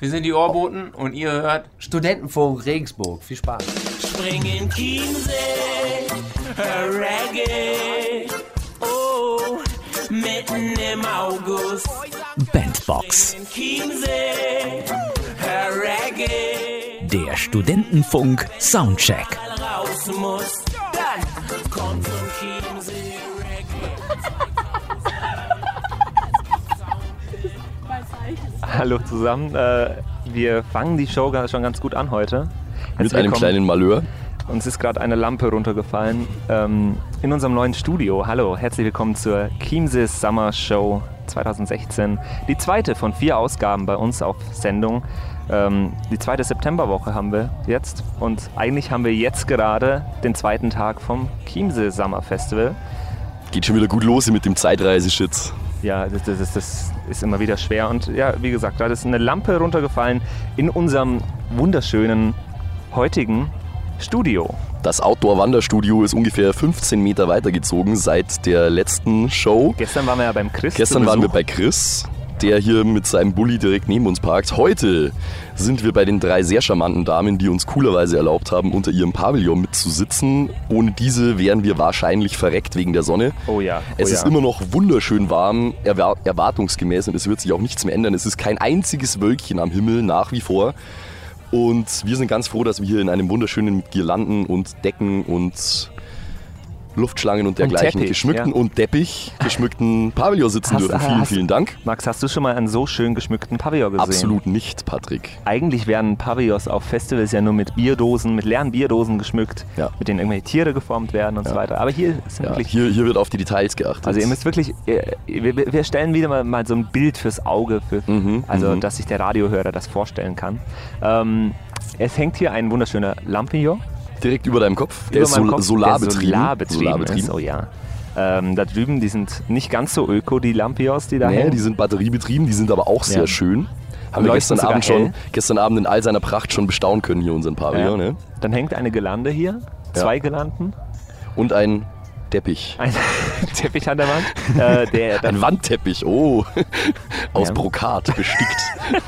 Wir sind die Ohrboten und ihr hört Studentenfunk Regensburg. Viel Spaß. Spring in Chiemsee, Reggae, oh, mitten im August. Bandbox. In Chiemsee, Reggae, Der Studentenfunk Soundcheck. raus muss, dann kommt zum Chiemsee Reggae. Hallo zusammen, wir fangen die Show schon ganz gut an heute. Mit einem kleinen Malheur. Uns ist gerade eine Lampe runtergefallen in unserem neuen Studio. Hallo, herzlich willkommen zur Chiemsee Summer Show 2016. Die zweite von 4 Ausgaben bei uns auf Sendung. Die zweite Septemberwoche haben wir jetzt und eigentlich haben wir jetzt gerade den zweiten Tag vom Chiemsee Summer Festival. Geht schon wieder gut los hier mit dem Zeitreise-Shit. Ja, das ist immer wieder schwer. Und ja, wie gesagt, da ist eine Lampe runtergefallen in unserem wunderschönen heutigen Studio. Das Outdoor-Wanderstudio ist ungefähr 15 Meter weitergezogen seit der letzten Show. Gestern waren wir ja beim Chris. Gestern waren wir bei Chris, der hier mit seinem Bulli direkt neben uns parkt. Heute sind wir bei den 3 sehr charmanten Damen, die uns coolerweise erlaubt haben, unter ihrem Pavillon mitzusitzen. Ohne diese wären wir wahrscheinlich verreckt wegen der Sonne. Oh ja. Es ist immer noch wunderschön warm, erwartungsgemäß, und es wird sich auch nichts mehr ändern. Es ist kein einziges Wölkchen am Himmel nach wie vor. Und wir sind ganz froh, dass wir hier in einem wunderschönen mit Girlanden und Decken und Luftschlangen und dergleichen Teppich, geschmückten ja. und Teppich geschmückten Pavillon sitzen dürfen. Vielen Dank. Max, hast du schon mal einen so schön geschmückten Pavillon gesehen? Absolut nicht, Patrick. Eigentlich werden Pavillons auf Festivals ja nur mit Bierdosen, mit leeren Bierdosen geschmückt, Ja. mit denen irgendwelche Tiere geformt werden und so weiter. Aber hier ist wirklich... Hier wird auf die Details geachtet. Also ihr müsst wirklich, wir stellen wieder mal so ein Bild fürs Auge, dass sich der Radiohörer das vorstellen kann. Es hängt hier ein wunderschöner Lampion. direkt über deinem Kopf. Der Über ist meinem Kopf, solarbetrieben. der solarbetrieben ist, oh ja. Da drüben, die sind nicht ganz so öko, die Lampions, die da Nee, hängen. die sind batteriebetrieben, die sind aber auch sehr schön. Haben wir Leuchten gestern Abend in all seiner Pracht schon bestaunen können hier unseren Pavillon. Ja. Ne? Dann hängt eine Girlande hier, 2 Girlanden. Und ein Teppich. Ein Teppich an der Wand. Ein Wandteppich, aus Brokat bestickt.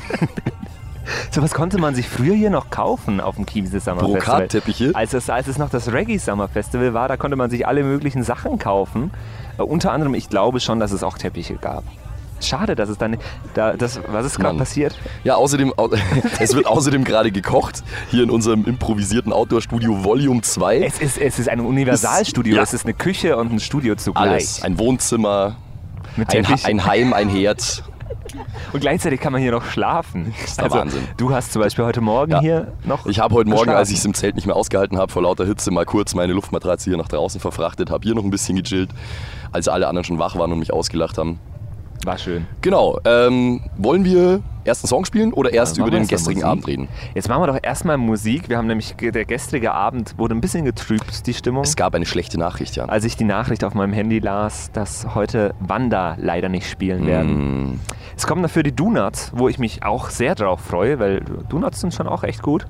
So was konnte man sich früher hier noch kaufen auf dem Chiemsee Summer Festival. Brokatteppiche? Als es noch das Reggae Summer Festival war, da konnte man sich alle möglichen Sachen kaufen. Unter anderem, ich glaube schon, dass es auch Teppiche gab. Schade, dass es dann was ist gerade passiert? Ja, außerdem, es wird außerdem gerade gekocht, hier in unserem improvisierten Outdoor-Studio Volume 2. Es ist ein Universalstudio, es ist eine Küche und ein Studio zugleich. Alles, ein Wohnzimmer, Mit Teppich. ein Heim, ein Herd. Und gleichzeitig kann man hier noch schlafen. Das ist der Wahnsinn. Du hast zum Beispiel heute Morgen hier noch Ich habe heute Morgen, geschlafen. als ich es im Zelt nicht mehr ausgehalten habe, vor lauter Hitze mal kurz meine Luftmatratze hier nach draußen verfrachtet, habe hier noch ein bisschen gechillt, als alle anderen schon wach waren und mich ausgelacht haben. War schön. Genau. Wollen wir erst einen Song spielen oder erst Ja, über machen wir den erst mal gestrigen Musik. Abend reden? Jetzt machen wir doch erstmal Musik. Wir haben nämlich, der gestrige Abend wurde ein bisschen getrübt, die Stimmung. Es gab eine schlechte Nachricht, Jan. Als ich die Nachricht auf meinem Handy las, dass heute Wanda leider nicht spielen werden. Es kommen dafür die Donuts, wo ich mich auch sehr drauf freue, weil Donuts sind schon auch echt gut.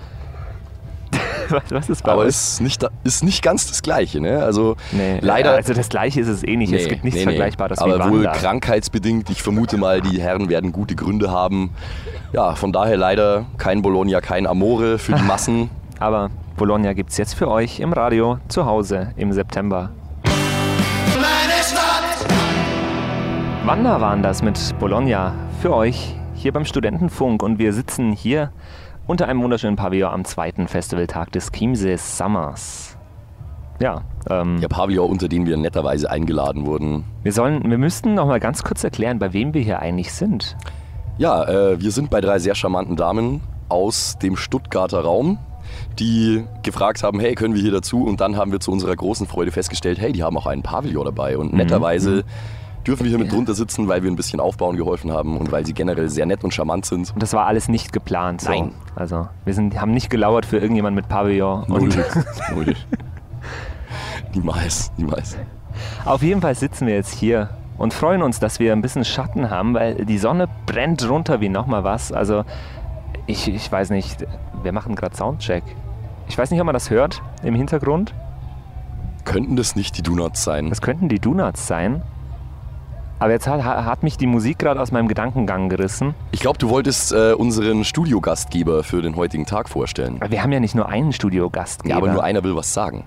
Was ist bei Aber euch? es ist nicht ganz das Gleiche, ne? Also Nee, leider. also das Gleiche ist es eh nicht. Es gibt nichts Vergleichbares wie Aber Wanda. wohl krankheitsbedingt. Ich vermute mal, die Herren werden gute Gründe haben. Ja, von daher leider kein Bologna, kein Amore für die Massen. Aber Bologna gibt's jetzt für euch im Radio zu Hause im September. Meine Stadt! Wanda waren das mit Bologna für euch hier beim Studentenfunk und wir sitzen hier unter einem wunderschönen Pavillon am zweiten Festivaltag des Chiemsee Summers. Ja, Der Pavillon, unter den wir netterweise eingeladen wurden. wir müssten noch mal ganz kurz erklären, bei wem wir hier eigentlich sind. Ja, wir sind bei 3 sehr charmanten Damen aus dem Stuttgarter Raum, die gefragt haben, hey, können wir hier dazu? Und dann haben wir zu unserer großen Freude festgestellt, hey, die haben auch einen Pavillon dabei. Und netterweise dürfen wir hier mit drunter sitzen, weil wir ein bisschen aufbauen geholfen haben und weil sie generell sehr nett und charmant sind. Und das war alles nicht geplant. So. Nein. Also haben nicht gelauert für irgendjemand mit Pavillon. Und Null. Niemals. auf jeden Fall sitzen wir jetzt hier und freuen uns, dass wir ein bisschen Schatten haben, weil die Sonne brennt runter wie nochmal was. Also ich weiß nicht, wir machen gerade Soundcheck. Ich weiß nicht, ob man das hört im Hintergrund. Könnten das nicht die Donuts sein? Das könnten die Donuts sein. Aber jetzt hat mich die Musik gerade aus meinem Gedankengang gerissen. Ich glaube, du wolltest unseren Studiogastgeber für den heutigen Tag vorstellen. Wir haben ja nicht nur einen Studiogastgeber. Ja, aber nur einer will was sagen.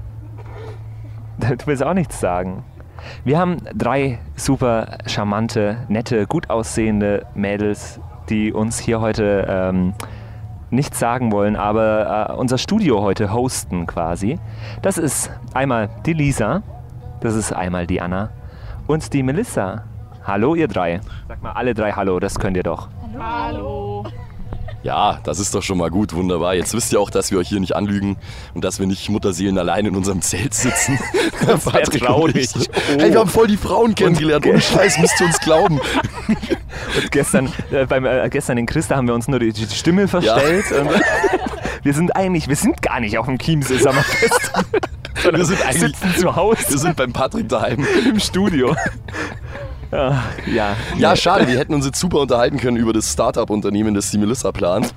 Du willst auch nichts sagen. Wir haben 3 super charmante, nette, gut aussehende Mädels, die uns hier heute nichts sagen wollen, aber unser Studio heute hosten quasi. Das ist einmal die Lisa, das ist einmal die Anna und die Melissa. Hallo ihr 3. Sag mal alle 3 Hallo, das könnt ihr doch. Hallo. Ja, das ist doch schon mal gut, wunderbar. Jetzt wisst ihr auch, dass wir euch hier nicht anlügen und dass wir nicht Mutterseelen allein in unserem Zelt sitzen. Das wäre traurig. Hey, wir haben voll die Frauen kennengelernt. Ohne Scheiß, müsst ihr uns glauben. Und gestern in Christa haben wir uns nur die Stimme verstellt. Ja. Und wir sind gar nicht auf dem Chiemsee Sommerfest. Wir sind eigentlich sitzen zu Hause. Wir sind beim Patrick daheim im Studio. Ja, schade, wir hätten uns jetzt super unterhalten können über das Startup-Unternehmen, das die Melissa plant.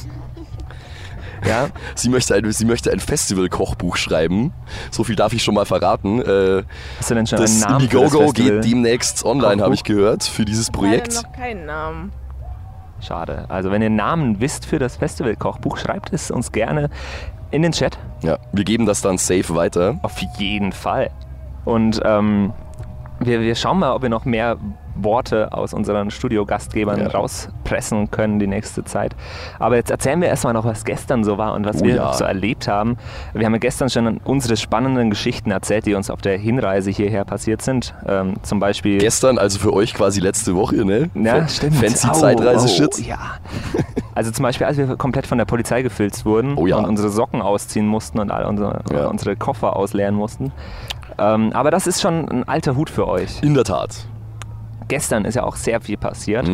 Ja. Sie möchte ein Festival-Kochbuch schreiben. So viel darf ich schon mal verraten. Hast du denn schon das einen Namen für Indiegogo das Festival? geht demnächst online, habe ich gehört, für dieses Projekt. Leider noch keinen Namen. Schade. Also wenn ihr einen Namen wisst für das Festival-Kochbuch, schreibt es uns gerne in den Chat. Ja, wir geben das dann safe weiter. Auf jeden Fall. Und wir schauen mal, ob wir noch mehr Worte aus unseren Studiogastgebern rauspressen können die nächste Zeit. Aber jetzt erzählen wir erstmal noch, was gestern so war und was wir so erlebt haben. Wir haben ja gestern schon unsere spannenden Geschichten erzählt, die uns auf der Hinreise hierher passiert sind. Zum Beispiel... Gestern, also für euch quasi letzte Woche, ne? Ja, stimmt. Fancy Zeitreise-Shit. Ja. Also zum Beispiel, als wir komplett von der Polizei gefilzt wurden und unsere Socken ausziehen mussten und all unsere Koffer ausleeren mussten. Aber das ist schon ein alter Hut für euch. In der Tat. Gestern ist ja auch sehr viel passiert.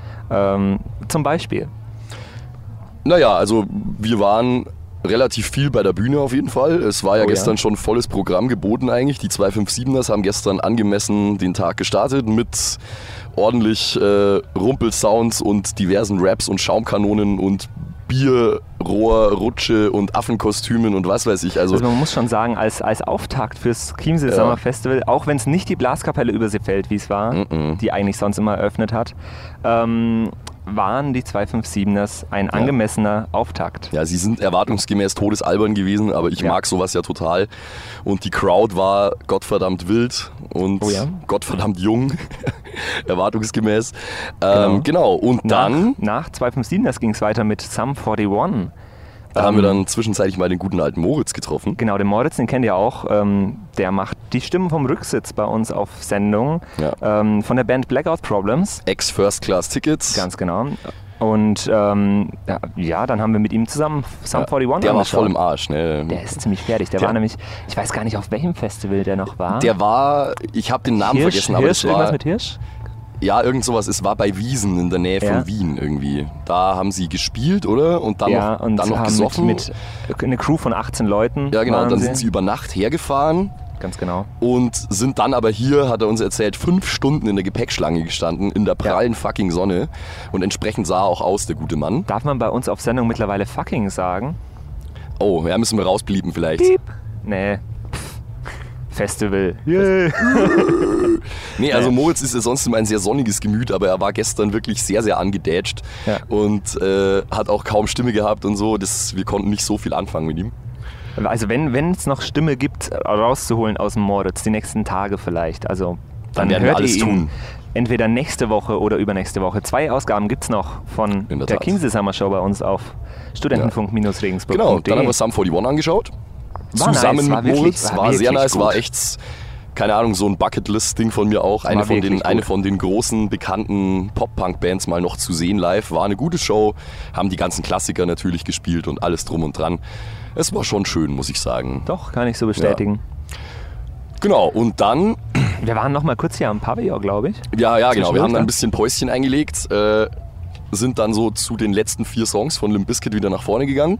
Zum Beispiel. Naja, also wir waren relativ viel bei der Bühne auf jeden Fall. Es war ja gestern schon volles Programm geboten eigentlich. Die 257ers haben gestern angemessen den Tag gestartet mit ordentlich Rumpelsounds und diversen Raps und Schaumkanonen und Bier, Rohr, Rutsche und Affenkostümen und was weiß ich. Also man muss schon sagen, als Auftakt fürs Chiemsee Summer Festival, auch wenn es nicht die Blaskapelle Überseefeld, wie es war, die eigentlich sonst immer eröffnet hat, waren die 257ers ein angemessener Auftakt. Ja, sie sind erwartungsgemäß todesalbern gewesen, aber ich mag sowas ja total. Und die Crowd war gottverdammt wild und gottverdammt jung, erwartungsgemäß. Genau, und dann... Nach 257ers ging es weiter mit Sum 41. Da haben wir dann zwischenzeitlich mal den guten alten Moritz getroffen. Genau, den Moritz, den kennt ihr auch. Der macht die Stimmen vom Rücksitz bei uns auf Sendung. Ja. Von der Band Blackout Problems. Ex-First Class Tickets. Ganz genau. Und dann haben wir mit ihm zusammen Sum 41 Der war voll im Arsch. Ne? Der ist ziemlich fertig. Der war nämlich, ich weiß gar nicht, auf welchem Festival der noch war. Der war, ich habe den Namen vergessen, aber das war... Irgendwas mit Hirsch? Ja, irgend sowas. Es war bei Wiesen in der Nähe von Wien irgendwie. Da haben sie gespielt, oder? Und dann noch gesoffen. Mit eine Crew von 18 Leuten. Ja, genau. Und dann sind sie über Nacht hergefahren. Ganz genau. Und sind dann aber hier, hat er uns erzählt, 5 Stunden in der Gepäckschlange gestanden, in der prallen fucking Sonne. Und entsprechend sah er auch aus, der gute Mann. Darf man bei uns auf Sendung mittlerweile fucking sagen? Oh, ja, müssen wir rausbliepen vielleicht. Piep. Nee. Festival. Yeah. Nee, also Moritz ist ja sonst immer ein sehr sonniges Gemüt, aber er war gestern wirklich sehr, sehr angedätscht und hat auch kaum Stimme gehabt und so. Wir konnten nicht so viel anfangen mit ihm. Also wenn es noch Stimme gibt, rauszuholen aus dem Moritz, die nächsten Tage vielleicht, also dann werden wir alles tun. Entweder nächste Woche oder übernächste Woche. 2 Ausgaben gibt es noch von der Chiemsee Summer Show bei uns auf studentenfunk-regensburg.de. Genau, dann haben wir Sum 41 angeschaut. Zusammen mit Moritz. War sehr nice, war echt, keine Ahnung, so ein Bucketlist-Ding von mir auch. Eine von den großen, bekannten Pop-Punk-Bands mal noch zu sehen live. War eine gute Show, haben die ganzen Klassiker natürlich gespielt und alles drum und dran. Es war schon schön, muss ich sagen. Doch, kann ich so bestätigen. Ja. Genau, und dann... Wir waren noch mal kurz hier am Pavillon, glaube ich. Ja, genau. Wir haben dann ein bisschen Päuschen eingelegt, sind dann so zu den letzten 4 Songs von Limp Bizkit wieder nach vorne gegangen.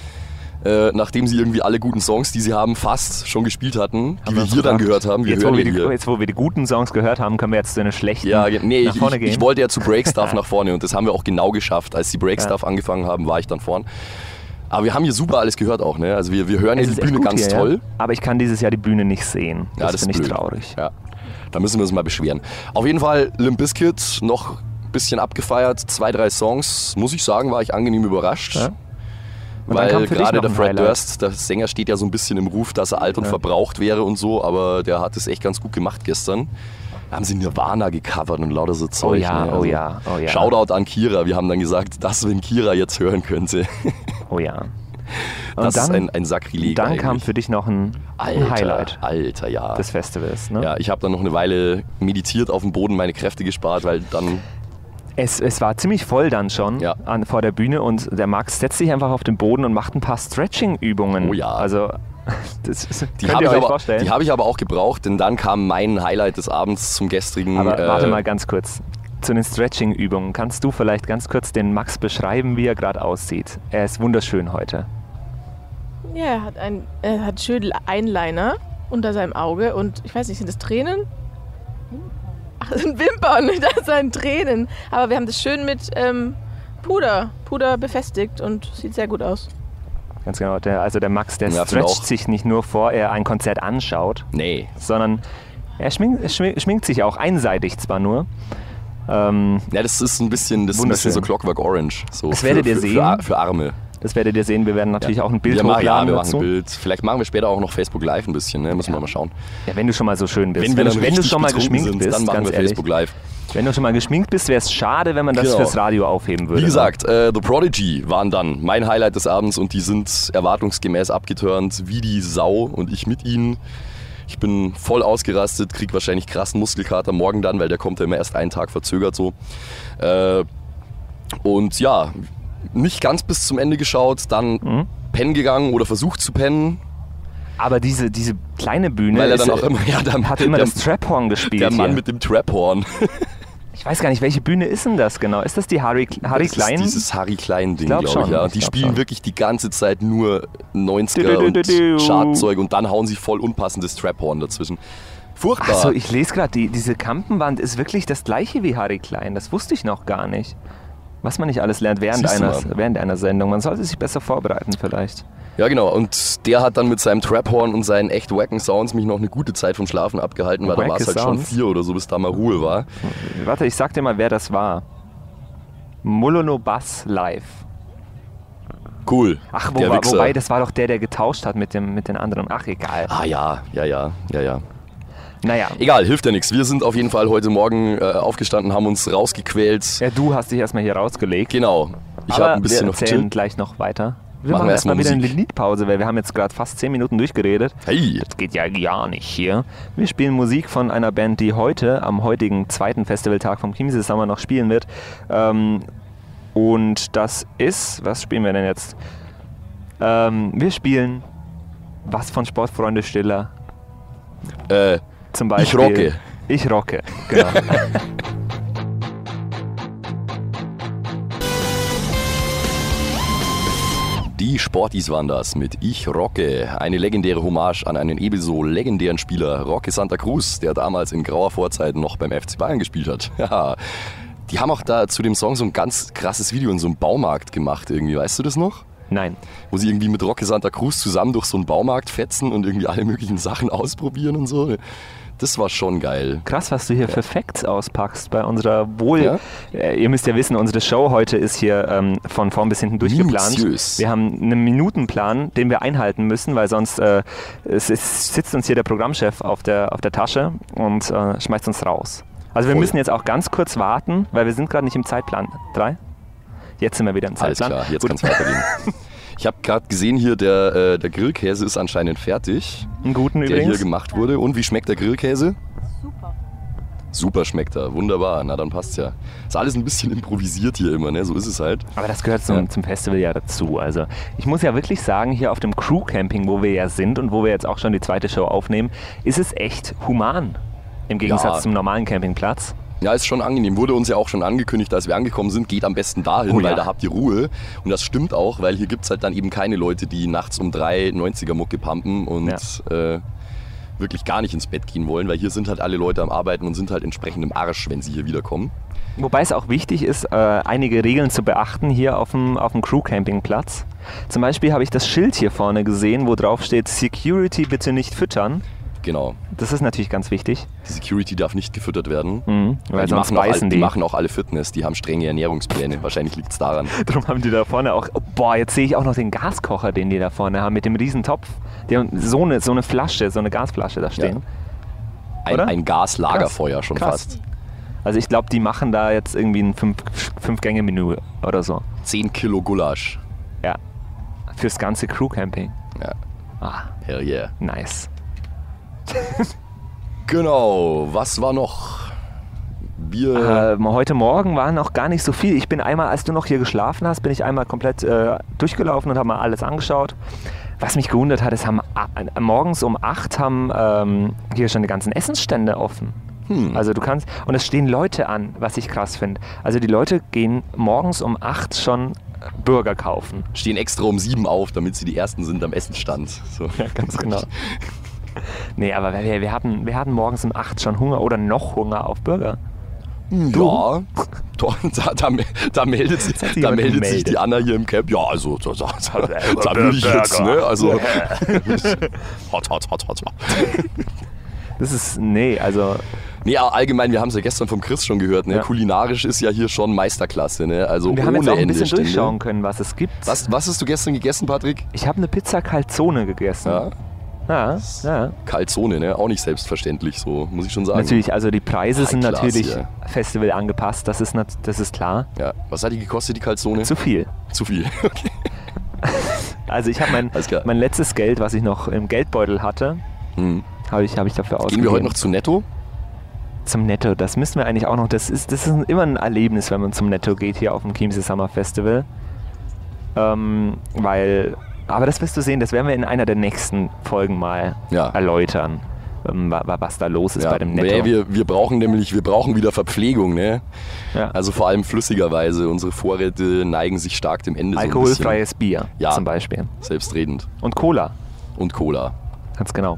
Nachdem sie irgendwie alle guten Songs, die sie haben, fast schon gespielt hatten, die wir hier dann gehört haben. Jetzt, wo wir die guten Songs gehört haben, können wir jetzt zu einer schlechten nach vorne gehen. Ich wollte ja zu Breakstuff nach vorne und das haben wir auch genau geschafft. Als die Breakstuff angefangen haben, war ich dann vorn. Aber wir haben hier super alles gehört auch, ne? Also wir hören ja die Bühne ganz toll. Aber ich kann dieses Jahr die Bühne nicht sehen. Das finde ich traurig. Ja. Da müssen wir uns mal beschweren. Auf jeden Fall Limp Bizkit noch ein bisschen abgefeiert. 2, 3 Songs, muss ich sagen, war ich angenehm überrascht. Ja. Und dann kam Weil für dich gerade noch der ein Fred Highlight. Durst, der Sänger, steht ja so ein bisschen im Ruf, dass er alt und verbraucht wäre und so, aber der hat es echt ganz gut gemacht gestern. Da haben sie Nirvana gecovert und lauter so Zeug. ja, ne? oh ja. Shoutout an Kira, wir haben dann gesagt, das, wenn Kira jetzt hören könnte. Oh ja. Das ist ein Sakrileg Dann eigentlich. kam für dich noch ein Highlight Alter, ja. des Festivals. Ne? Ja, ich habe dann noch eine Weile meditiert auf dem Boden, meine Kräfte gespart, weil dann... Es war ziemlich voll dann schon Ja. vor der Bühne und der Max setzt sich einfach auf den Boden und macht ein paar Stretching-Übungen. Oh ja. Also, das Die könnt habe ihr ich, euch vorstellen. hab ich aber auch gebraucht, denn dann kam mein Highlight des Abends zum gestrigen... Aber warte mal ganz kurz. Zu den Stretching-Übungen. Kannst du vielleicht ganz kurz den Max beschreiben, wie er gerade aussieht? Er ist wunderschön heute. Ja, er hat schön Eyeliner unter seinem Auge und ich weiß nicht, sind das Tränen? Ach, das sind Wimpern, das sind Tränen. Aber wir haben das schön mit Puder befestigt und sieht sehr gut aus. Ganz genau. Der Max, der Ja, finde stretcht auch. sich nicht nur vor er ein Konzert anschaut, Nee. sondern er schminkt sich auch einseitig zwar nur. Ja, das ist ein bisschen Wunderschön. so Clockwork Orange. So Das werdet ihr sehen. Für Arme. Das werdet ihr sehen. Wir werden natürlich auch ein Bild wir machen hochladen ein dazu. Bild. Vielleicht machen wir später auch noch Facebook Live ein bisschen, ne? Müssen wir mal schauen. Ja, wenn du schon mal so schön bist. Wenn wir dann du richtig schon mal betrunken geschminkt sind, bist, dann machen ganz wir ehrlich. Facebook Live. Wenn du schon mal geschminkt bist, wäre es schade, wenn man das Genau. fürs Radio aufheben würde. Wie gesagt, The Prodigy waren dann mein Highlight des Abends und die sind erwartungsgemäß abgeturnt wie die Sau und ich mit ihnen. Ich bin voll ausgerastet, krieg wahrscheinlich krassen Muskelkater morgen dann, weil der kommt ja immer erst einen Tag verzögert so. Und ja, nicht ganz bis zum Ende geschaut, dann pennen gegangen oder versucht zu pennen, Aber diese kleine Bühne weil er dann ist, auch immer, hat immer das Trap-Horn gespielt. der Mann hier. mit dem Trap-Horn. Ich weiß gar nicht, welche Bühne ist denn das genau? Ist das die Harry Das Klein? ist dieses Harry Klein-Ding, glaub glaube ich. schon, Ja. ich Die glaub spielen schon. wirklich die ganze Zeit nur 90er und Chartzeug und dann hauen sie voll unpassendes Trap-Horn dazwischen. Furchtbar. Achso, ich lese gerade, diese Kampenwand ist wirklich das gleiche wie Harry Klein. Das wusste ich noch gar nicht. Was man nicht alles lernt während Siehst du während mal. einer Sendung. Man sollte sich besser vorbereiten vielleicht. Ja, genau. Und der hat dann mit seinem Trap-Horn und seinen echt wacken Sounds mich noch eine gute Zeit vom Schlafen abgehalten, weil da war Wacke es halt schon Sounds? 4 oder so, bis da mal Ruhe war. Warte, ich sag dir mal, wer das war. Molono Bass live. Cool. Ach, der Wichser. wobei, das war doch der getauscht hat mit den anderen. Ach, egal. Ah ja. Naja. Egal, hilft ja nichts. Wir sind auf jeden Fall heute Morgen aufgestanden, haben uns rausgequält. Ja, du hast dich erstmal hier rausgelegt. Genau. Ich Aber habe ein bisschen wir noch erzählen gechillt. gleich noch weiter. Wir Machen machen wir erstmal erstmal wieder eine Musik. Liedpause, weil wir haben jetzt gerade fast 10 Minuten durchgeredet. Hey. Das geht ja gar nicht hier. Wir spielen Musik von einer Band, die heute, am heutigen zweiten Festivaltag vom Chiemsee Summer noch spielen wird. Und das ist, was spielen wir denn jetzt? Wir spielen was von Sportfreunde Stiller. Zum Beispiel. Ich rocke. Ich rocke, genau. Die Sportis waren das mit Ich rocke. Eine legendäre Hommage an einen ebenso legendären Spieler, Roque Santa Cruz, der damals in grauer Vorzeit noch beim FC Bayern gespielt hat. Ja. Die haben auch da zu dem Song so ein ganz krasses Video in so einem Baumarkt gemacht irgendwie. Weißt du das noch? Nein. Wo sie irgendwie mit Roque Santa Cruz zusammen durch so einen Baumarkt fetzen und irgendwie alle möglichen Sachen ausprobieren und so. Das war schon geil. Krass, was du hier für Facts auspackst bei unserer Ja. Ihr müsst ja wissen, unsere Show heute ist hier von vorn bis hinten durchgeplant. Minutiös. Wir haben einen Minutenplan, den wir einhalten müssen, weil sonst sitzt uns hier der Programmchef auf der Tasche und schmeißt uns raus. Also wir Voll. müssen jetzt auch ganz kurz warten, weil wir sind gerade nicht im Zeitplan. 3? Jetzt sind wir wieder im Alles Zeitplan. klar, jetzt Gut. kann es weitergehen. Ich habe gerade gesehen hier, der Grillkäse ist anscheinend fertig, Einen guten der hier übrigens. gemacht wurde. Und wie schmeckt der Grillkäse? Super schmeckt er, wunderbar, na dann passt's ja. Ist alles ein bisschen improvisiert hier immer, ne? So ist es halt. Aber das gehört zum Festival ja dazu. Also ich muss ja wirklich sagen, hier auf dem Crew-Camping, wo wir ja sind und wo wir jetzt auch schon die zweite Show aufnehmen, ist es echt human. Im Gegensatz Ja. zum normalen Campingplatz. Ja, ist schon angenehm. Wurde uns ja auch schon angekündigt, als wir angekommen sind, geht am besten dahin, Oh ja. weil da habt ihr Ruhe. Und das stimmt auch, weil hier gibt's halt dann eben keine Leute, die nachts um 3 90er-Mucke pumpen und wirklich gar nicht ins Bett gehen wollen, weil hier sind halt alle Leute am Arbeiten und sind halt entsprechend im Arsch, wenn sie hier wiederkommen. Wobei es auch wichtig ist, einige Regeln zu beachten hier auf dem Crew-Campingplatz. Zum Beispiel habe ich das Schild hier vorne gesehen, wo drauf steht, Security bitte nicht füttern. Genau. Das ist natürlich ganz wichtig. Die Security darf nicht gefüttert werden. Weil Die sonst machen, beißen die machen auch alle Fitness, die haben strenge Ernährungspläne. Wahrscheinlich liegt es daran. Darum haben die da vorne auch, jetzt sehe ich auch noch den Gaskocher, den die da vorne haben, mit dem riesen Topf. Die haben so eine Flasche, so eine Gasflasche da stehen. Oder? Ein Gaslagerfeuer schon Krass. fast. Also ich glaube, die machen da jetzt irgendwie ein 5-Gänge-Menü oder so. 10 Kilo Gulasch. Ja. Fürs ganze Crewcamping. Ja. Ah, Hell yeah. nice. Genau, was war noch? Heute Morgen war noch gar nicht so viel. Ich bin einmal, als du noch hier geschlafen hast, bin ich einmal komplett durchgelaufen und habe mal alles angeschaut. Was mich gewundert hat, ist, morgens um 8 haben hier schon die ganzen Essensstände offen. Also du kannst, und es stehen Leute an, was ich krass finde. Also die Leute gehen morgens um 8 schon Burger kaufen. Stehen extra um 7 auf, damit sie die Ersten sind am Essenstand. So. Ja, ganz genau. Nee, aber wir hatten morgens um 8 schon Hunger oder noch Hunger auf Burger. Ja, da meldet sich die Anna hier im Camp. Ja, also da würde ich jetzt, ne? Also hot. Das ist, also... Nee, allgemein, wir haben es ja gestern vom Chris schon gehört, ne? Ja. Kulinarisch ist ja hier schon Meisterklasse, ne? Also wir haben ohne jetzt auch ein Ende bisschen Stände. durchschauen können, was es gibt. Was hast du gestern gegessen, Patrick? Ich habe eine Pizza Calzone gegessen. Ja. Calzone, ne? Auch nicht selbstverständlich, so muss ich schon sagen. Natürlich, also die Preise sind High Class, natürlich ja. Festival angepasst, das ist klar. Ja. Was hat die gekostet, die Calzone? Zu viel. Zu viel, okay. Also ich habe mein letztes Geld, was ich noch im Geldbeutel hatte, habe ich dafür ausgegeben. Gehen wir heute noch zu Netto? Zum Netto, das müssen wir eigentlich auch noch. Das ist immer ein Erlebnis, wenn man zum Netto geht hier auf dem Chiemsee Summer Festival. Aber das wirst du sehen, das werden wir in einer der nächsten Folgen mal erläutern, was da los ist bei dem Netto. Nee, wir brauchen wieder Verpflegung, ne? Ja. Also vor allem flüssigerweise. Unsere Vorräte neigen sich stark dem Ende. Alkoholfreies Bier Ja. zum Beispiel. Selbstredend. Und Cola. Und Cola. Ganz genau.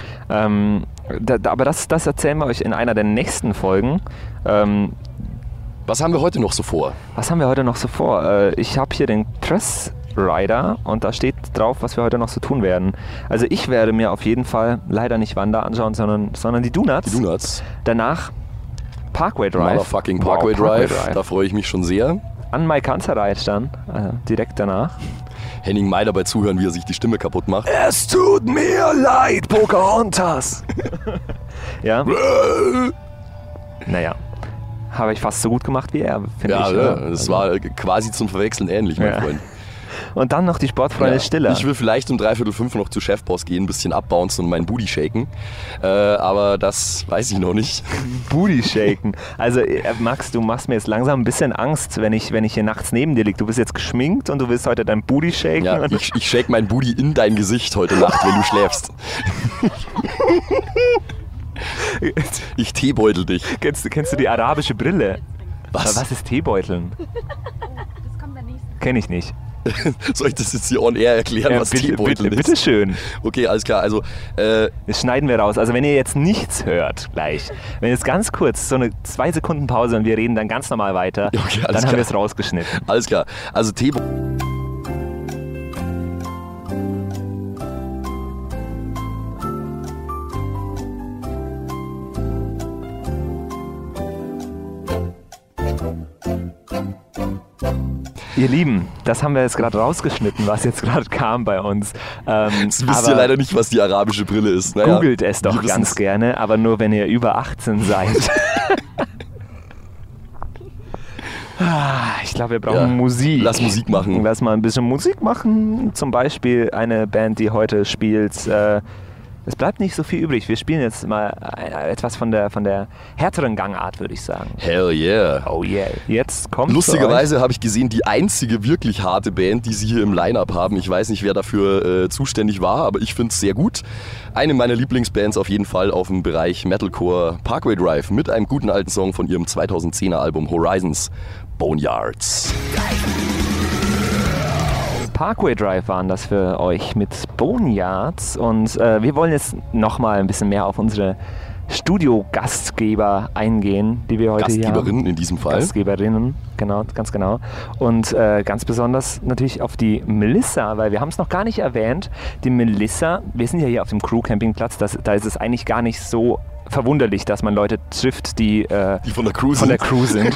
Aber das erzählen wir euch in einer der nächsten Folgen. Was haben wir heute noch so vor? Ich habe hier den Press Rider und da steht drauf, was wir heute noch so tun werden. Also ich werde mir auf jeden Fall leider nicht Wanda anschauen, sondern die Donuts. Die Donuts. Danach Parkway Drive. Motherfucking Parkway Drive. Da freue ich mich schon sehr. An Maikanzereit dann, direkt danach. Henning May dabei zuhören, wie er sich die Stimme kaputt macht. Es tut mir leid, Pocahontas. Ja. Naja. Habe ich fast so gut gemacht wie er, finde ich. Ja, das war quasi zum Verwechseln ähnlich, mein Freund. Und dann noch die Sportfreunde Stiller. Ich will vielleicht um 4:45 noch zu Chefboss gehen, ein bisschen abbouncen und meinen Booty shaken. Aber das weiß ich noch nicht. Booty shaken. Also Max, du machst mir jetzt langsam ein bisschen Angst, wenn ich hier nachts neben dir liege. Du bist jetzt geschminkt und du willst heute dein Booty shaken. Ja, ich shake mein Booty in dein Gesicht heute Nacht, wenn du schläfst. Ich teebeutel dich. Kennst du die arabische Brille? Was? Was ist Teebeuteln? Das kommt dann nächstes. Kenn ich nicht. Soll ich das jetzt hier on air erklären, was Teebeuteln ist? Bitte schön. Okay, alles klar. Also, das schneiden wir raus. Also wenn ihr jetzt nichts hört gleich, wenn jetzt ganz kurz so eine 2 Sekunden Pause und wir reden dann ganz normal weiter, okay, dann haben wir es rausgeschnitten. Alles klar. Also Teebeuteln. Ihr Lieben, das haben wir jetzt gerade rausgeschnitten, was jetzt gerade kam bei uns. Jetzt wisst ihr leider nicht, was die arabische Brille ist. Naja, googelt es doch ganz gerne, aber nur wenn ihr über 18 seid. Ich glaube, wir brauchen Musik. Lass Musik machen. Lass mal ein bisschen Musik machen. Zum Beispiel eine Band, die heute spielt. Es bleibt nicht so viel übrig. Wir spielen jetzt mal etwas von der härteren Gangart, würde ich sagen. Hell yeah. Oh yeah. Jetzt kommt lustigerweise habe ich gesehen, die einzige wirklich harte Band, die sie hier im Line-Up haben. Ich weiß nicht, wer dafür zuständig war, aber ich finde es sehr gut. Eine meiner Lieblingsbands auf jeden Fall auf dem Bereich Metalcore, Parkway Drive, mit einem guten alten Song von ihrem 2010er Album Horizons, Boneyards. Parkway Drive waren das für euch mit Boneyards und wir wollen jetzt nochmal ein bisschen mehr auf unsere Studio-Gastgeber eingehen, die wir heute hier haben. Gastgeberinnen in diesem Fall. Gastgeberinnen, genau, ganz genau. Und ganz besonders natürlich auf die Melissa, weil wir haben es noch gar nicht erwähnt. Die Melissa, wir sind ja hier auf dem Crew-Campingplatz, da ist es eigentlich gar nicht so verwunderlich, dass man Leute trifft, die von der Crew sind.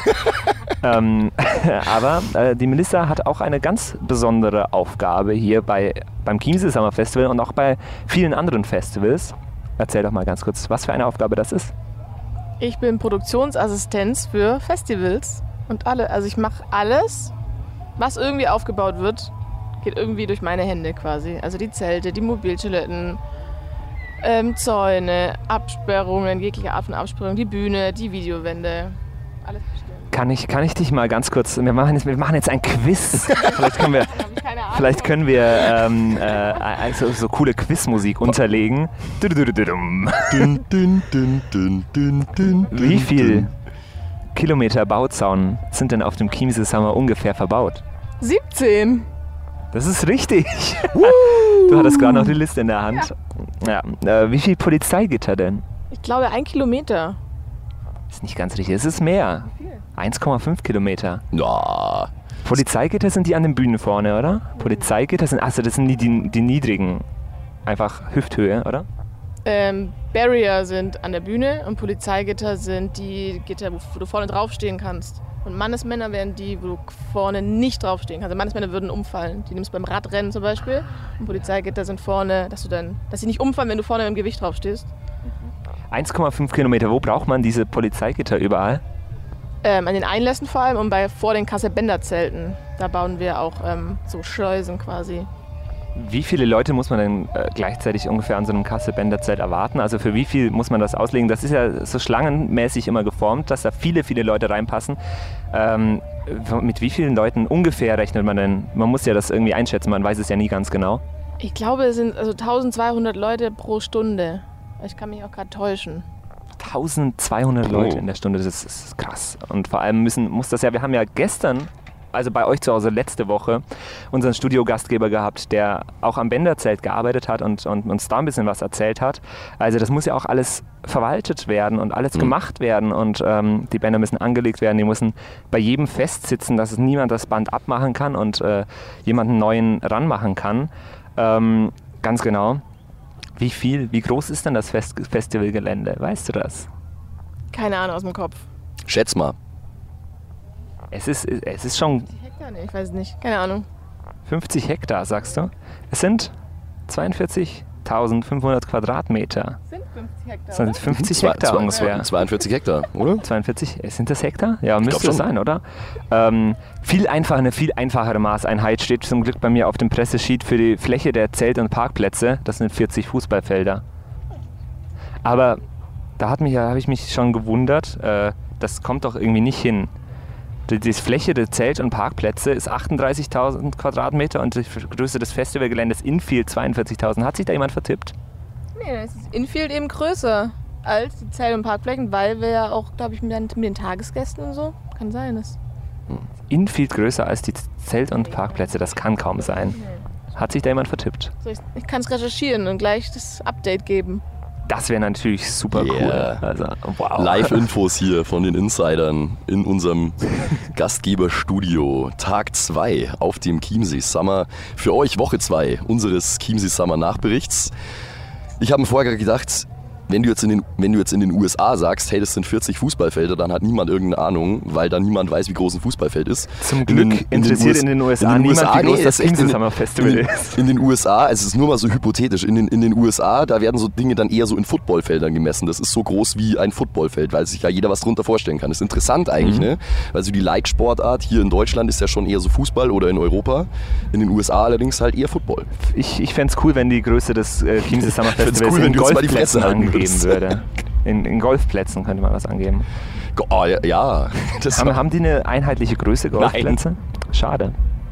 Aber die Melissa hat auch eine ganz besondere Aufgabe hier beim Chiemsee Summer Festival und auch bei vielen anderen Festivals. Erzähl doch mal ganz kurz, was für eine Aufgabe das ist. Ich bin Produktionsassistenz für Festivals und also ich mache alles, was irgendwie aufgebaut wird, geht irgendwie durch meine Hände quasi. Also die Zelte, die Mobiltoiletten, Zäune, Absperrungen, jegliche Art von Absperrung, die Bühne, die Videowände, alles bestimmt. Kann ich dich mal ganz kurz, wir machen jetzt ein Quiz. Vielleicht können wir so coole Quizmusik unterlegen. Wie viel Kilometer Bauzaun sind denn auf dem Chiemsee Summer ungefähr verbaut? 17. Das ist richtig. Du hattest gerade noch die Liste in der Hand. Ja. Wie viel Polizeigitter denn? Ich glaube 1 Kilometer. Ist nicht ganz richtig, es ist mehr. 1,5 Kilometer. Ja. Polizeigitter sind die an den Bühnen vorne, oder? Polizeigitter sind, das sind die niedrigen. Einfach Hüfthöhe, oder? Barrier sind an der Bühne und Polizeigitter sind die Gitter, wo du vorne draufstehen kannst. Und Mannesmänner wären die, wo du vorne nicht draufstehen kannst. Also Mannesmänner würden umfallen. Die nimmst du beim Radrennen zum Beispiel. Und Polizeigitter sind vorne, dass sie nicht umfallen, wenn du vorne im Gewicht draufstehst. 1,5 Kilometer, wo braucht man diese Polizeigitter überall? An den Einlässen vor allem und vor den Kasse-Bender-Zelten. Da bauen wir auch so Schleusen quasi. Wie viele Leute muss man denn gleichzeitig ungefähr an so einem Kasse-Bender-Zelt erwarten? Also für wie viel muss man das auslegen? Das ist ja so schlangenmäßig immer geformt, dass da viele Leute reinpassen. Mit wie vielen Leuten ungefähr rechnet man denn? Man muss ja das irgendwie einschätzen, man weiß es ja nie ganz genau. Ich glaube, es sind 1200 Leute pro Stunde. Ich kann mich auch gerade täuschen. 1200 Leute in der Stunde, das ist krass. Und vor allem wir haben ja gestern, also bei euch zu Hause letzte Woche, unseren Studiogastgeber gehabt, der auch am Benderzelt gearbeitet hat und uns da ein bisschen was erzählt hat. Also das muss ja auch alles verwaltet werden und alles gemacht werden und die Bänder müssen angelegt werden, die müssen bei jedem festsitzen, dass niemand das Band abmachen kann und jemanden neuen ranmachen kann. Ganz genau. Wie groß ist denn das Festivalgelände? Weißt du das? Keine Ahnung, aus dem Kopf. Schätz mal. Es ist schon... Hektar? Nee, ich weiß es nicht. Keine Ahnung. 50 Hektar, sagst du? Es sind 42.500 Quadratmeter. Sind 50 Hektar, Das sind 50 Hektar ungefähr. 42 Hektar, oder? 42, sind das Hektar? Ja, müsste es schon sein, oder? Eine viel einfachere Maßeinheit steht zum Glück bei mir auf dem Pressesheet für die Fläche der Zelt- und Parkplätze. Das sind 40 Fußballfelder. Aber da habe ich mich schon gewundert, das kommt doch irgendwie nicht hin. Die Fläche der Zelt- und Parkplätze ist 38.000 Quadratmeter und die Größe des Festivalgeländes Infield 42.000. Hat sich da jemand vertippt? Nee, es ist Infield eben größer als die Zelt- und Parkflächen, weil wir ja auch, glaube ich, mit den Tagesgästen und so, kann sein. Infield größer als die Zelt- und Parkplätze, das kann kaum sein. Hat sich da jemand vertippt? Ich kann es recherchieren und gleich das Update geben. Das wäre natürlich super cool. Also, wow. Live-Infos hier von den Insidern in unserem Gastgeberstudio. Tag 2 auf dem Chiemsee Summer. Für euch Woche 2 unseres Chiemsee Summer Nachberichts. Ich habe mir vorher gedacht, wenn du jetzt in den USA sagst, hey, das sind 40 Fußballfelder, dann hat niemand irgendeine Ahnung, weil dann niemand weiß, wie groß ein Fußballfeld ist. Zum Glück interessiert in den USA niemand, wie groß das Chiemsee Summer Festival ist. In den USA, es ist nur mal so hypothetisch, in den USA, da werden so Dinge dann eher so in Footballfeldern gemessen. Das ist so groß wie ein Footballfeld, weil sich ja jeder was drunter vorstellen kann. Das ist interessant eigentlich, ne? Weil so die Leitsportart hier in Deutschland ist ja schon eher so Fußball oder in Europa. In den USA allerdings halt eher Football. Ich fände es cool, wenn die Größe des Chiemsee Summer Festivals in Golfplätzen angegeben würde. In Golfplätzen könnte man das angeben. Oh, ja. Haben die eine einheitliche Größe, Golfplätze? Nein. Schade.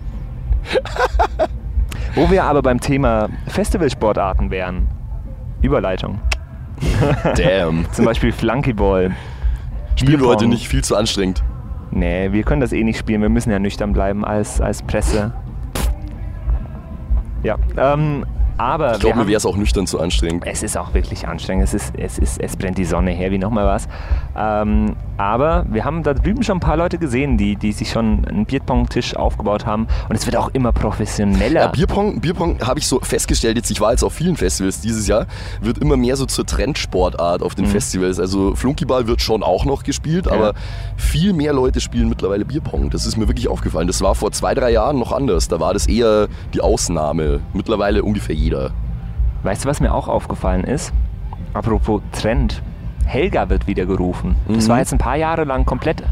Wo wir aber beim Thema Festivalsportarten wären. Überleitung. Damn. Zum Beispiel Flunkyball. Spielen wir heute nicht, viel zu anstrengend. Nee, wir können das eh nicht spielen. Wir müssen ja nüchtern bleiben als Presse. Ja, Aber Ich glaube, mir wäre es auch nüchtern zu anstrengend. es ist auch wirklich anstrengend. Es brennt die Sonne her wie nochmal was. Aber wir haben da drüben schon ein paar Leute gesehen, die sich schon einen Bierpong-Tisch aufgebaut haben. Und es wird auch immer professioneller. Ja, Bierpong habe ich so festgestellt, ich war jetzt auf vielen Festivals dieses Jahr, wird immer mehr so zur Trendsportart auf den Festivals. Also Flunkyball wird schon auch noch gespielt, aber viel mehr Leute spielen mittlerweile Bierpong. Das ist mir wirklich aufgefallen. Das war vor 2-3 Jahren noch anders. Da war das eher die Ausnahme. Mittlerweile ungefähr jeder. Weißt du, was mir auch aufgefallen ist? Apropos Trend. Helga wird wieder gerufen. Das war jetzt ein paar Jahre lang komplett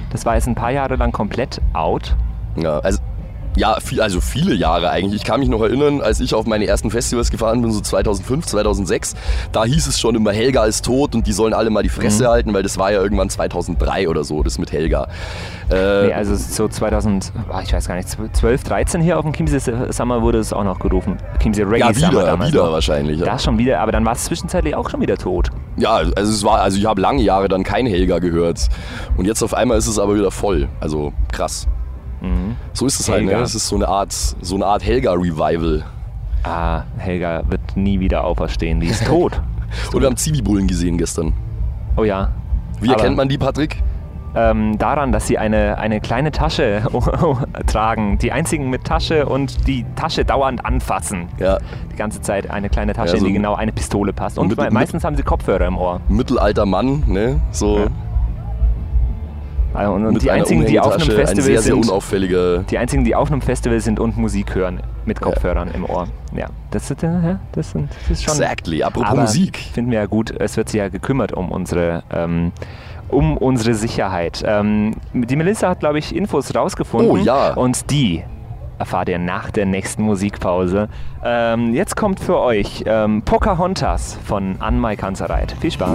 out. Ja, also viele Jahre eigentlich. Ich kann mich noch erinnern, als ich auf meine ersten Festivals gefahren bin, so 2005, 2006, da hieß es schon immer, Helga ist tot und die sollen alle mal die Fresse halten, weil das war ja irgendwann 2003 oder so, das mit Helga. Nee, also so 2000, ich weiß gar nicht, 12, 13 hier auf dem Chiemsee Summer wurde es auch noch gerufen. Chiemsee Reggae Summer damals wieder noch. wahrscheinlich. Ja. Das schon wieder, aber dann war es zwischenzeitlich auch schon wieder tot. Ja, also ich habe lange Jahre dann kein Helga gehört und jetzt auf einmal ist es aber wieder voll. Also krass. So ist es halt, ne? Es ist so eine Art Helga-Revival. Ah, Helga wird nie wieder auferstehen, die ist tot. Und wir haben Zivi-Bullen gesehen gestern. Oh ja. Wie erkennt man die, Patrick? Daran, dass sie eine kleine Tasche tragen. Die einzigen mit Tasche und die Tasche dauernd anfassen. Ja. Die ganze Zeit eine kleine Tasche, Ja, so in die genau eine Pistole passt. Und meistens haben sie Kopfhörer im Ohr. Mittelalter Mann, ne? So. Ja. Also, und Mit die einer einzigen, die auf einem Umhängetasche, Festival ein sehr, sehr sind, unauffälliger. die einzigen, die auf einem Festival sind und Musik hören mit Kopfhörern im Ohr. Ja, das ist schon. Exactly. Apropos Aber Musik. Finden wir ja gut. Es wird sich ja gekümmert um unsere Sicherheit. Die Melissa hat, glaube ich, Infos rausgefunden. Oh ja. Und die erfahrt ihr nach der nächsten Musikpause. Jetzt kommt für euch Pocahontas von Anmai Kanzereit. Viel Spaß.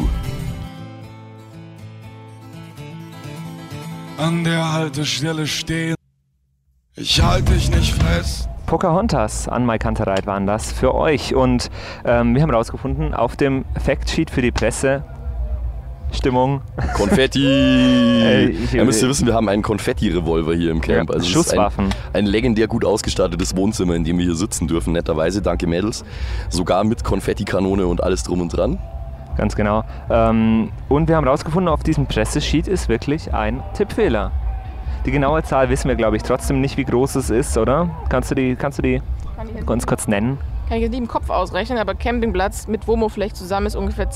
An der Haltestelle stehen. Ich halte dich nicht fest. Pocahontas, Anmai Kanzereit waren das für euch. Und wir haben rausgefunden, auf dem Factsheet für die Presse, Stimmung. Konfetti! Ihr müsst ja wissen, wir haben einen Konfetti-Revolver hier im Camp. Ja, Also Schusswaffen. Es ist ein legendär gut ausgestattetes Wohnzimmer, in dem wir hier sitzen dürfen, netterweise, danke Mädels. Sogar mit Konfettikanone und alles drum und dran. Ganz genau. Und wir haben rausgefunden, auf diesem Pressesheet ist wirklich ein Tippfehler. Die genaue Zahl wissen wir, glaube ich, trotzdem nicht, wie groß es ist, oder? Kannst du die ganz kurz nennen? Kann ich jetzt nicht im Kopf ausrechnen, aber Campingplatz mit Wohnmofläche zusammen ist ungefähr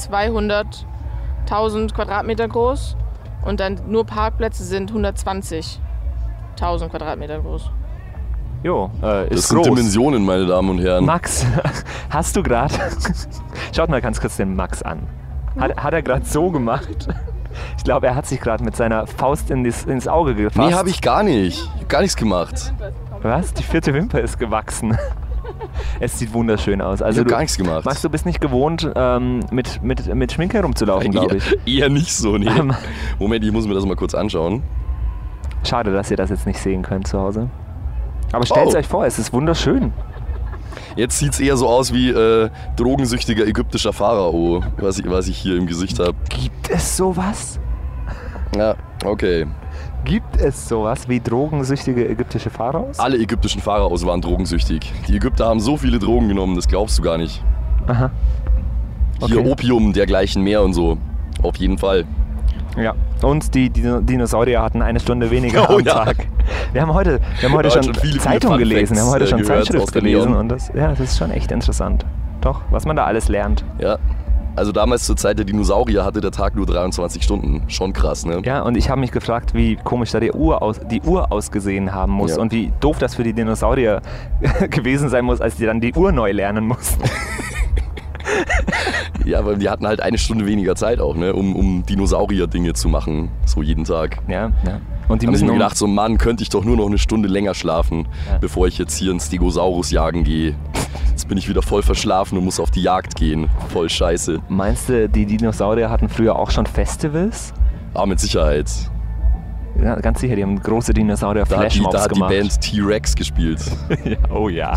200.000 Quadratmeter groß. Und dann nur Parkplätze sind 120.000 Quadratmeter groß. Jo, ist Das sind groß. Dimensionen, meine Damen und Herren. Max, hast du gerade... Schaut mal ganz kurz den Max an. Hat er gerade so gemacht? Ich glaube, er hat sich gerade mit seiner Faust ins Auge gefasst. Nee, habe ich gar nicht. Ich habe gar nichts gemacht. Was? Die 4. Wimper ist gewachsen. Es sieht wunderschön aus. Also Ich habe gar nichts gemacht. Max, du bist nicht gewohnt, mit Schminke herumzulaufen, glaube ich. Eher nicht so, nee. Moment, ich muss mir das mal kurz anschauen. Schade, dass ihr das jetzt nicht sehen könnt zu Hause. Aber stellt euch vor, es ist wunderschön. Jetzt sieht es eher so aus wie drogensüchtiger ägyptischer Pharao, was ich hier im Gesicht habe. Gibt es sowas? Ja, okay. Gibt es sowas wie drogensüchtige ägyptische Pharaos? Alle ägyptischen Pharaos waren drogensüchtig. Die Ägypter haben so viele Drogen genommen, das glaubst du gar nicht. Aha. Hier Okay. Opium, dergleichen mehr und so. Auf jeden Fall. Ja, und die Dinosaurier hatten eine Stunde weniger Oh am ja. Tag. Wir haben heute schon viele Zeitung Fun gelesen, wir haben Facts, heute schon gehört aus Zeitschrift der gelesen Neon. und das ist schon echt interessant. Doch, was man da alles lernt. Ja. Also damals zur Zeit der Dinosaurier hatte der Tag nur 23 Stunden. Schon krass, ne? Ja, und ich habe mich gefragt, wie komisch da die Uhr ausgesehen haben muss Ja. und wie doof das für die Dinosaurier gewesen sein muss, als die dann die Uhr neu lernen mussten. Ja, aber die hatten halt eine Stunde weniger Zeit auch, ne? Um Dinosaurier-Dinge zu machen. So jeden Tag. Ja. Und die Haben sie müssen mir gedacht, so Mann, könnte ich doch nur noch eine Stunde länger schlafen, Ja. bevor ich jetzt hier einen Stegosaurus jagen gehe. Jetzt bin ich wieder voll verschlafen und muss auf die Jagd gehen. Voll scheiße. Meinst du, die Dinosaurier hatten früher auch schon Festivals? Aber mit Sicherheit. Ja, ganz sicher, die haben große Da Dinosaurier-Flashmobs hat die gemacht. Band T-Rex gespielt. Ja, oh ja.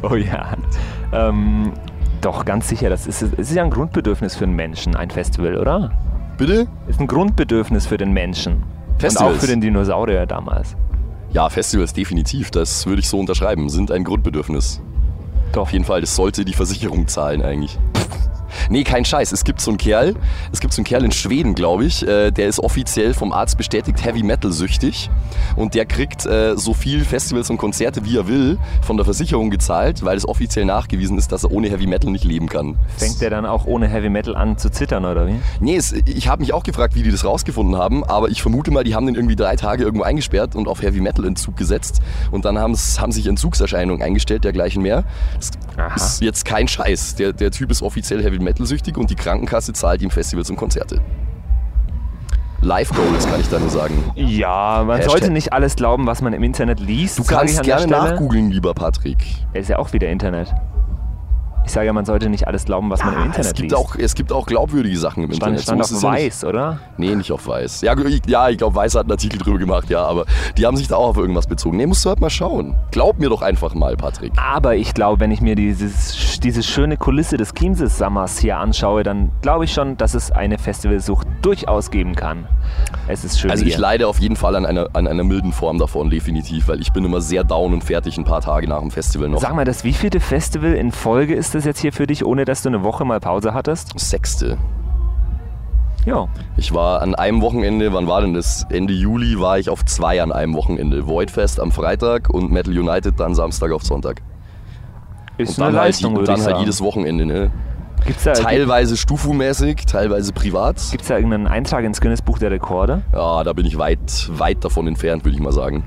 Doch, ganz sicher, es ist ja ein Grundbedürfnis für einen Menschen, ein Festival, oder? Bitte? Ist ein Grundbedürfnis für den Menschen. Festivals? Und auch für den Dinosaurier damals. Ja, Festivals definitiv. Das würde ich so unterschreiben. Sind ein Grundbedürfnis. Doch. Auf jeden Fall, das sollte die Versicherung zahlen eigentlich. Nee, kein Scheiß. Es gibt so einen Kerl in Schweden, glaube ich, der ist offiziell vom Arzt bestätigt Heavy Metal süchtig und der kriegt so viel Festivals und Konzerte, wie er will, von der Versicherung gezahlt, weil es offiziell nachgewiesen ist, dass er ohne Heavy Metal nicht leben kann. Fängt der dann auch ohne Heavy Metal an zu zittern, oder wie? Nee, ich habe mich auch gefragt, wie die das rausgefunden haben, aber ich vermute mal, die haben den irgendwie 3 Tage irgendwo eingesperrt und auf Heavy Metal Entzug gesetzt und dann haben sich Entzugserscheinungen eingestellt, dergleichen mehr. Das ist jetzt kein Scheiß. Der Typ ist offiziell Heavy Metal süchtig und die Krankenkasse zahlt ihm Festivals und Konzerte. Live-Goals kann ich da nur sagen. Ja, man sollte nicht alles glauben, was man im Internet liest. Du kannst gerne nachgoogeln, lieber Patrick. Er ist ja auch wieder Internet. Ich sage ja, man sollte nicht alles glauben, was man im Internet liest. Es gibt auch glaubwürdige Sachen im Internet. Stand auf Weiß, oder? Nee, nicht auf Weiß. Ja, ich glaube, Weiß hat einen Artikel drüber gemacht, ja, aber die haben sich da auch auf irgendwas bezogen. Nee, musst du halt mal schauen. Glaub mir doch einfach mal, Patrick. Aber ich glaube, wenn ich mir diese schöne Kulisse des Chiemsee Summers hier anschaue, dann glaube ich schon, dass es eine Festivalsucht durchaus geben kann. Es ist schön. Also ich leide auf jeden Fall an einer milden Form davon, definitiv, weil ich bin immer sehr down und fertig ein paar Tage nach dem Festival noch. Sag mal, das wievielte Festival in Folge ist das jetzt hier für dich, ohne dass du eine Woche mal Pause hattest? 6. Ja. Ich war an einem Wochenende, wann war denn das? Ende Juli war ich auf 2 an einem Wochenende. Voidfest am Freitag und Metal United dann Samstag auf Sonntag. Ist und eine dann Leistung, und dann halt jedes Wochenende, ne? Gibt's da, teilweise Stufu-mäßig, teilweise privat. Gibt es da irgendeinen Eintrag ins Guinness Buch der Rekorde? Ja, da bin ich weit davon entfernt, würde ich mal sagen.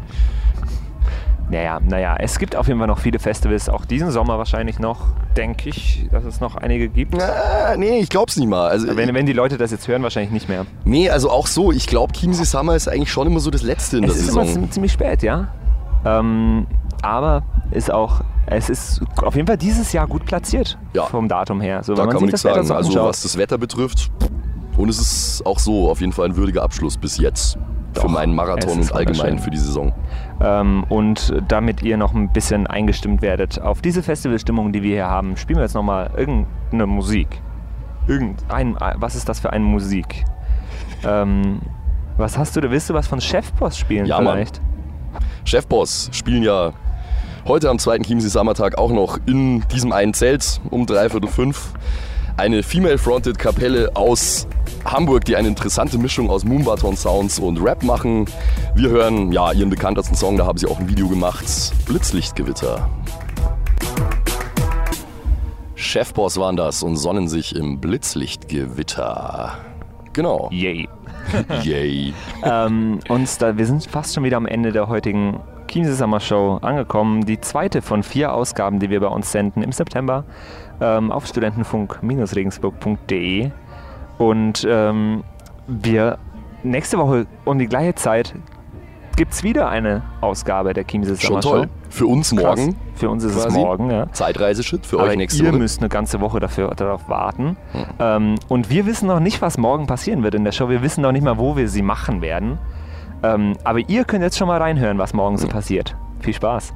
Naja, es gibt auf jeden Fall noch viele Festivals, auch diesen Sommer wahrscheinlich noch, denke ich, dass es noch einige gibt. Nee, ich glaub's nicht mal. Also, wenn die Leute das jetzt hören, wahrscheinlich nicht mehr. Nee, also auch so, ich glaube, Chiemsee Summer ist eigentlich schon immer so das Letzte in der Saison. Es ist immer ziemlich spät, ja. Aber es ist auf jeden Fall dieses Jahr gut platziert, ja, vom Datum her. So, da kann man nichts sagen. Also was das Wetter betrifft, und es ist auch so auf jeden Fall ein würdiger Abschluss bis jetzt. Doch, für meinen Marathon und allgemein für die Saison. Und damit ihr noch ein bisschen eingestimmt werdet auf diese Festivalstimmung, die wir hier haben, spielen wir jetzt nochmal irgendeine Musik. Was ist das für eine Musik? Was hast du da? Willst du was von Chefboss spielen vielleicht? Mann. Chefboss spielen ja heute am 2. Chiemsee Summertag auch noch in diesem einen Zelt um 3:45 eine Female-Fronted Kapelle aus Hamburg, die eine interessante Mischung aus Moonbaton-Sounds und Rap machen. Wir hören ja ihren bekanntesten Song, da haben sie auch ein Video gemacht, Blitzlichtgewitter. Chefboss waren das und sonnen sich im Blitzlichtgewitter. Genau. Yay. Yay. Wir sind fast schon wieder am Ende der heutigen Chiemsee Summer Show angekommen. Die 2. von 4 Ausgaben, die wir bei uns senden im September auf studentenfunk-regensburg.de. Und nächste Woche um die gleiche Zeit gibt es wieder eine Ausgabe der Chiemsee Summer Show. Schon toll. Für uns morgen. Krass. Für uns ist es morgen, ja. Zeitreiseschritt für euch nächste Woche. Ihr müsst eine ganze Woche darauf warten. Und wir wissen noch nicht, was morgen passieren wird in der Show. Wir wissen noch nicht mal, wo wir sie machen werden. Aber ihr könnt jetzt schon mal reinhören, was morgen so passiert. Viel Spaß.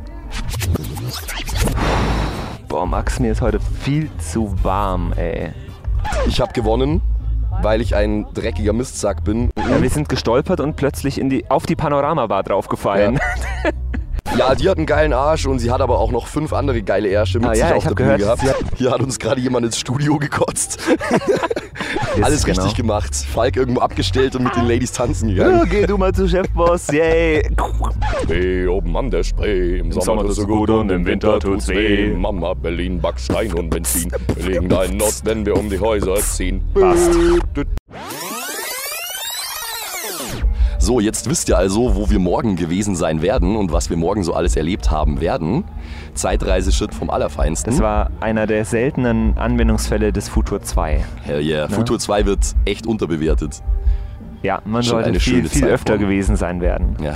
Boah, Max, mir ist heute viel zu warm, ey. Ich habe gewonnen, weil ich ein dreckiger Mistsack bin. Ja, wir sind gestolpert und plötzlich auf die Panoramabar draufgefallen. Ja. Ja, die hat einen geilen Arsch und sie hat aber auch noch 5 andere geile Ärsche mit sich auf der Bühne gehabt. Hier hat uns gerade jemand ins Studio gekotzt. Alles richtig gemacht. Falk irgendwo abgestellt und mit den Ladies tanzen gegangen. Ja, geh du mal zu Chefboss, yay. Hey, oben an der Spree, im Sommer tut's so gut und im Winter tut's weh. Mama, Berlin, Backstein und Benzin. Wir legen da in Not, wenn wir um die Häuser ziehen. Passt. So, jetzt wisst ihr also, wo wir morgen gewesen sein werden und was wir morgen so alles erlebt haben werden. Zeitreiseschritt vom Allerfeinsten. Das war einer der seltenen Anwendungsfälle des Futur 2. Hell yeah, ne? Futur 2 wird echt unterbewertet. Ja, man sollte viel öfter gewesen sein werden. Ja.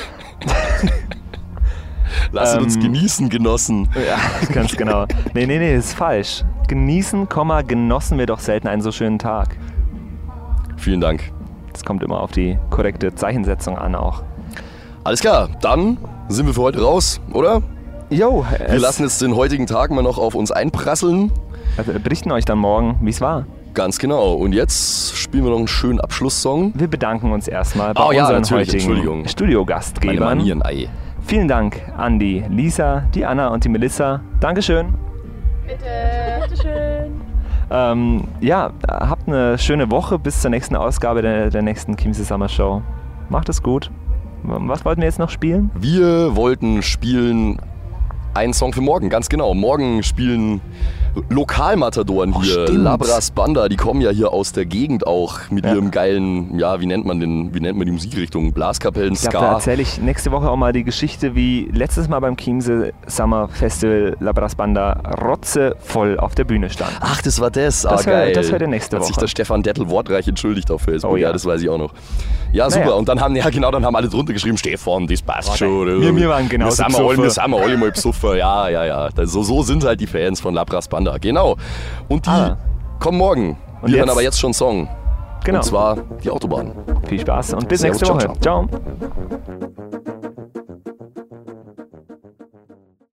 Lasst uns genießen, Genossen. Ja, ganz genau. Nee, das ist falsch. Genießen, genossen wir doch selten einen so schönen Tag. Vielen Dank. Das kommt immer auf die korrekte Zeichensetzung an auch. Alles klar, dann sind wir für heute raus, oder? Jo. Wir lassen jetzt den heutigen Tag mal noch auf uns einprasseln. Also berichten euch dann morgen, wie es war. Ganz genau. Und jetzt spielen wir noch einen schönen Abschlusssong. Wir bedanken uns erstmal bei unseren heutigen Studiogastgebern. Meine Manieren, ei. Vielen Dank an die Lisa, die Anna und die Melissa. Dankeschön. Bitteschön. Ja, habt eine schöne Woche bis zur nächsten Ausgabe der nächsten Chiemsee Summer Show. Macht es gut. Was wollten wir jetzt noch spielen? Wir wollten spielen einen Song für morgen, ganz genau. Morgen spielen Lokalmatadoren hier, stimmt. Labras Banda, die kommen ja hier aus der Gegend auch mit ihrem geilen, ja, wie nennt man die Musikrichtung? Blaskapellen, Ich glaube, da Ska. erzähle ich nächste Woche auch mal die Geschichte, wie letztes Mal beim Chiemsee Summer Festival Labras Banda rotzevoll auf der Bühne stand. Ach, das war das. Das Geil. das hört ihr nächste Hat sich Woche. der Stefan Dettel wortreich entschuldigt auf Facebook. Oh ja. Ja, das weiß ich auch noch. Ja, super. Naja. Und dann haben alle drunter geschrieben, Stefan, das passt schon. Wir waren genauso wir sind besoffen. alle mal besoffen. Ja. So sind halt die Fans von Labras Banda. Genau. Und die kommen morgen. Und Wir hören jetzt? aber jetzt schon Song. Genau. Und zwar die Autobahn. Viel Spaß und bis Servus, nächste Woche. ciao, Ciao.